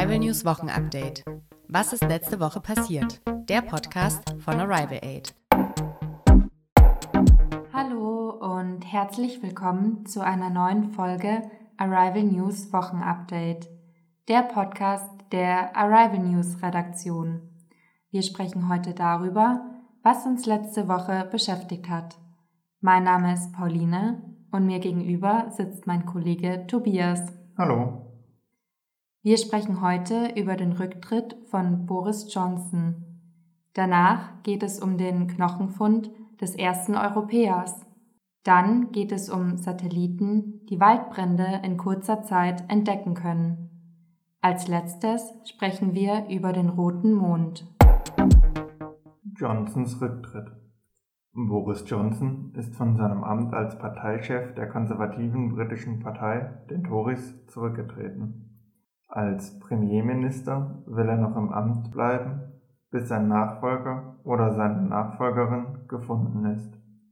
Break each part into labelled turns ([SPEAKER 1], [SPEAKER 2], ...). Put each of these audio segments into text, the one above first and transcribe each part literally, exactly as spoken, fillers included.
[SPEAKER 1] Arrival News Wochenupdate. Was ist letzte Woche passiert? Der Podcast von Arrival Aid.
[SPEAKER 2] Hallo und herzlich willkommen zu einer neuen Folge Arrival News Wochenupdate, der Podcast der Arrival News Redaktion. Wir sprechen heute darüber, was uns letzte Woche beschäftigt hat. Mein Name ist Pauline und mir gegenüber sitzt mein Kollege Tobias.
[SPEAKER 3] Hallo.
[SPEAKER 2] Wir sprechen heute über den Rücktritt von Boris Johnson. Danach geht es um den Knochenfund des ersten Europäers. Dann geht es um Satelliten, die Waldbrände in kurzer Zeit entdecken können. Als letztes sprechen wir über den roten Mond.
[SPEAKER 3] Johnsons Rücktritt. Boris Johnson ist von seinem Amt als Parteichef der konservativen britischen Partei, den Tories, zurückgetreten. Als Premierminister will er noch im Amt bleiben, bis sein Nachfolger oder seine Nachfolgerin gefunden ist.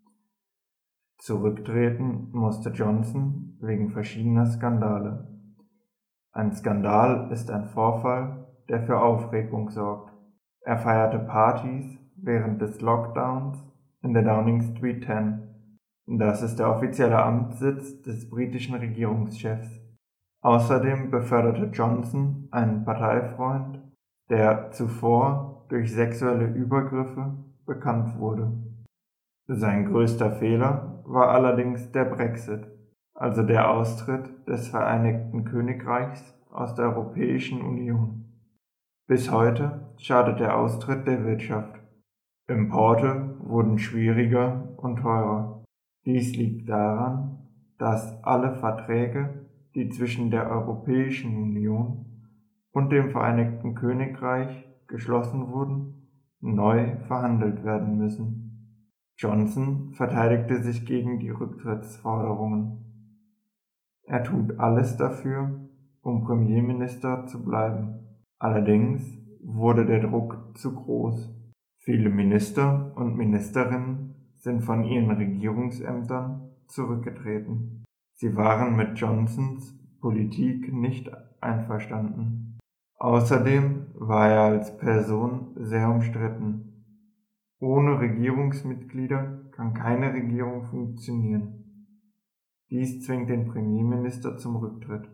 [SPEAKER 3] Zurücktreten musste Johnson wegen verschiedener Skandale. Ein Skandal ist ein Vorfall, der für Aufregung sorgt. Er feierte Partys während des Lockdowns in der Downing Street zehn. Das ist der offizielle Amtssitz des britischen Regierungschefs. Außerdem beförderte Johnson einen Parteifreund, der zuvor durch sexuelle Übergriffe bekannt wurde. Sein größter Fehler war allerdings der Brexit, also der Austritt des Vereinigten Königreichs aus der Europäischen Union. Bis heute schadet der Austritt der Wirtschaft. Importe wurden schwieriger und teurer. Dies liegt daran, dass alle Verträge, die zwischen der Europäischen Union und dem Vereinigten Königreich geschlossen wurden, neu verhandelt werden müssen. Johnson verteidigte sich gegen die Rücktrittsforderungen. Er tut alles dafür, um Premierminister zu bleiben. Allerdings wurde der Druck zu groß. Viele Minister und Ministerinnen sind von ihren Regierungsämtern zurückgetreten. Sie waren mit Johnsons Politik nicht einverstanden. Außerdem war er als Person sehr umstritten. Ohne Regierungsmitglieder kann keine Regierung funktionieren. Dies zwingt den Premierminister zum Rücktritt.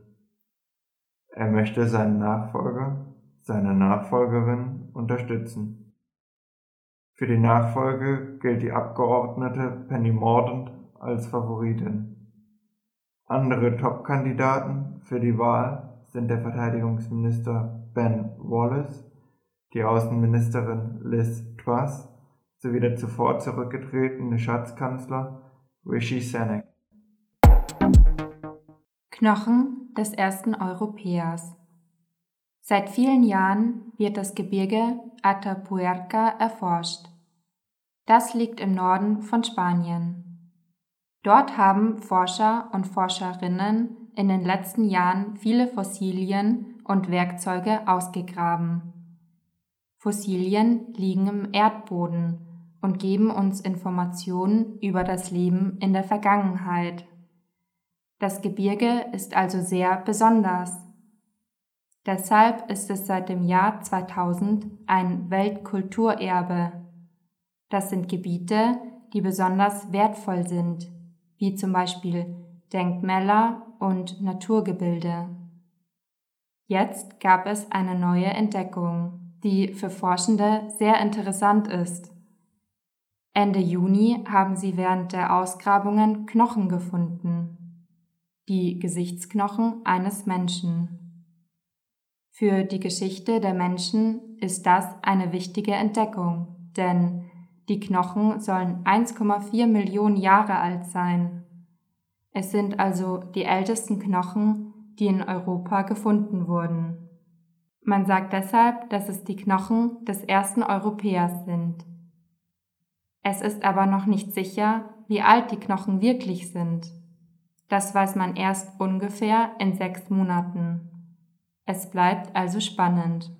[SPEAKER 3] Er möchte seinen Nachfolger, seine Nachfolgerin unterstützen. Für die Nachfolge gilt die Abgeordnete Penny Mordaunt als Favoritin. Andere Top-Kandidaten für die Wahl sind der Verteidigungsminister Ben Wallace, die Außenministerin Liz Truss sowie der zuvor zurückgetretene Schatzkanzler Rishi Sunak.
[SPEAKER 2] Knochen des ersten Europäers. Seit vielen Jahren wird das Gebirge Atapuerca erforscht. Das liegt im Norden von Spanien. Dort haben Forscher und Forscherinnen in den letzten Jahren viele Fossilien und Werkzeuge ausgegraben. Fossilien liegen im Erdboden und geben uns Informationen über das Leben in der Vergangenheit. Das Gebirge ist also sehr besonders. Deshalb ist es seit dem Jahr zweitausend ein Weltkulturerbe. Das sind Gebiete, die besonders wertvoll sind, wie zum Beispiel Denkmäler und Naturgebilde. Jetzt gab es eine neue Entdeckung, die für Forschende sehr interessant ist. Ende Juni haben sie während der Ausgrabungen Knochen gefunden, die Gesichtsknochen eines Menschen. Für die Geschichte der Menschen ist das eine wichtige Entdeckung, denn die Knochen sollen eins Komma vier Millionen Jahre alt sein. Es sind also die ältesten Knochen, die in Europa gefunden wurden. Man sagt deshalb, dass es die Knochen des ersten Europäers sind. Es ist aber noch nicht sicher, wie alt die Knochen wirklich sind. Das weiß man erst ungefähr in sechs Monaten. Es bleibt also spannend.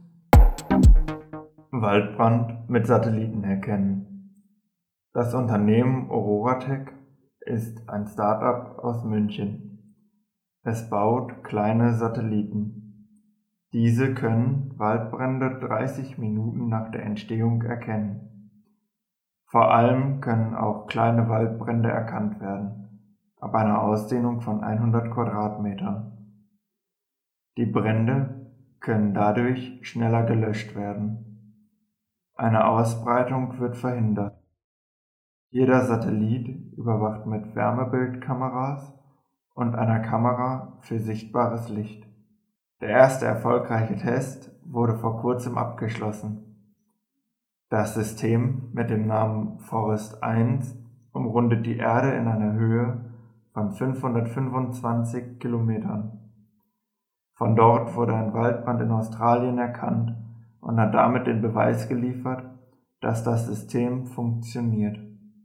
[SPEAKER 3] Waldbrand mit Satelliten erkennen. Das Unternehmen Auroratech ist ein Start-up aus München. Es baut kleine Satelliten. Diese können Waldbrände dreißig Minuten nach der Entstehung erkennen. Vor allem können auch kleine Waldbrände erkannt werden, ab einer Ausdehnung von hundert Quadratmetern. Die Brände können dadurch schneller gelöscht werden. Eine Ausbreitung wird verhindert. Jeder Satellit überwacht mit Wärmebildkameras und einer Kamera für sichtbares Licht. Der erste erfolgreiche Test wurde vor kurzem abgeschlossen. Das System mit dem Namen Forest eins umrundet die Erde in einer Höhe von fünfhundertfünfundzwanzig Kilometern. Von dort wurde ein Waldbrand in Australien erkannt und hat damit den Beweis geliefert, dass das System funktioniert.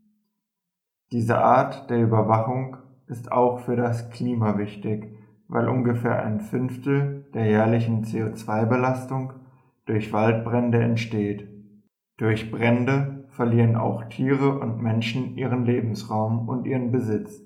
[SPEAKER 3] Diese Art der Überwachung ist auch für das Klima wichtig, weil ungefähr ein Fünftel der jährlichen C O zwei Belastung durch Waldbrände entsteht. Durch Brände verlieren auch Tiere und Menschen ihren Lebensraum und ihren Besitz.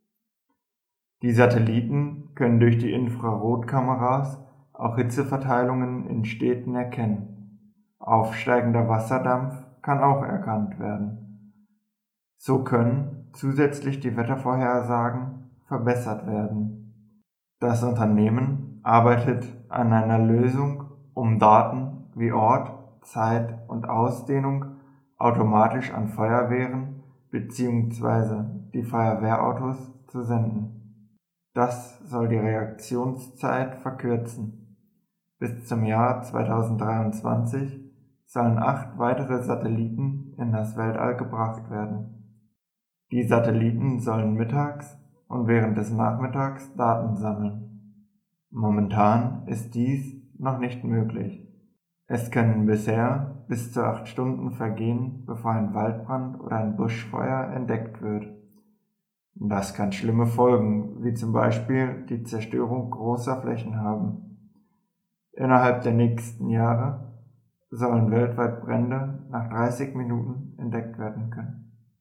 [SPEAKER 3] Die Satelliten können durch die Infrarotkameras auch Hitzeverteilungen in Städten erkennen. Aufsteigender Wasserdampf kann auch erkannt werden. So können zusätzlich die Wettervorhersagen verbessert werden. Das Unternehmen arbeitet an einer Lösung, um Daten wie Ort, Zeit und Ausdehnung automatisch an Feuerwehren bzw. die Feuerwehrautos zu senden. Das soll die Reaktionszeit verkürzen. Bis zum Jahr zweitausenddreiundzwanzig sollen acht weitere Satelliten in das Weltall gebracht werden. Die Satelliten sollen mittags und während des Nachmittags Daten sammeln. Momentan ist dies noch nicht möglich. Es können bisher bis zu acht Stunden vergehen, bevor ein Waldbrand oder ein Buschfeuer entdeckt wird. Das kann schlimme Folgen, wie zum Beispiel die Zerstörung großer Flächen haben. Innerhalb der nächsten Jahre sollen weltweit Brände nach dreißig Minuten entdeckt werden können.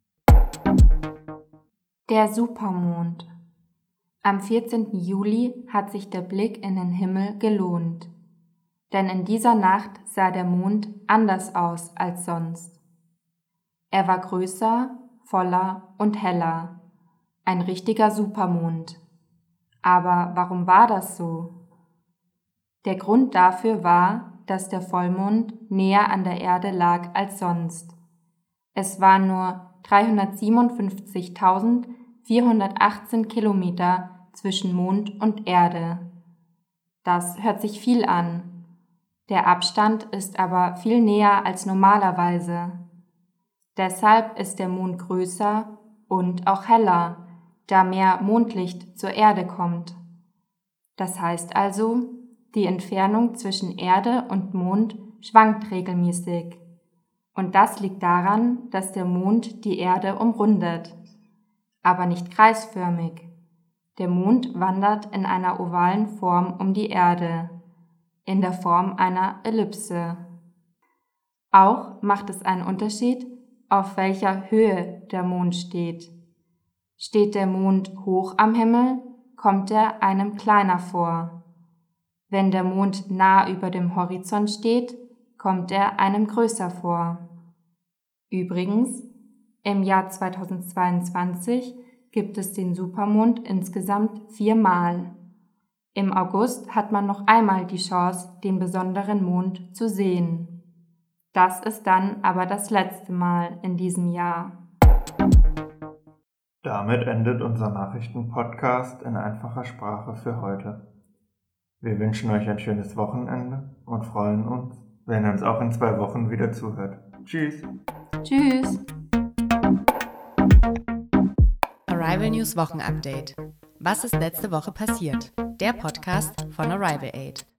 [SPEAKER 2] Der Supermond. Am vierzehnten Juli hat sich der Blick in den Himmel gelohnt, denn in dieser Nacht sah der Mond anders aus als sonst. Er war größer, voller und heller, ein richtiger Supermond. Aber warum war das so? Der Grund dafür war, dass der Vollmond näher an der Erde lag als sonst. Es war nur dreihundertsiebenundfünfzigtausendvierhundertachtzehn Kilometer zwischen Mond und Erde. Das hört sich viel an. Der Abstand ist aber viel näher als normalerweise. Deshalb ist der Mond größer und auch heller, da mehr Mondlicht zur Erde kommt. Das heißt also, die Entfernung zwischen Erde und Mond schwankt regelmäßig. Und das liegt daran, dass der Mond die Erde umrundet, aber nicht kreisförmig. Der Mond wandert in einer ovalen Form um die Erde, in der Form einer Ellipse. Auch macht es einen Unterschied, auf welcher Höhe der Mond steht. Steht der Mond hoch am Himmel, kommt er einem kleiner vor. Wenn der Mond nah über dem Horizont steht, kommt er einem größer vor. Übrigens, im Jahr zweitausendzweiundzwanzig gibt es den Supermond insgesamt viermal. Im August hat man noch einmal die Chance, den besonderen Mond zu sehen. Das ist dann aber das letzte Mal in diesem Jahr.
[SPEAKER 3] Damit endet unser Nachrichtenpodcast in einfacher Sprache für heute. Wir wünschen euch ein schönes Wochenende und freuen uns, wenn ihr uns auch in zwei Wochen wieder zuhört. Tschüss!
[SPEAKER 2] Tschüss!
[SPEAKER 1] Arrival News Wochenupdate. Was ist letzte Woche passiert? Der Podcast von Arrival Aid.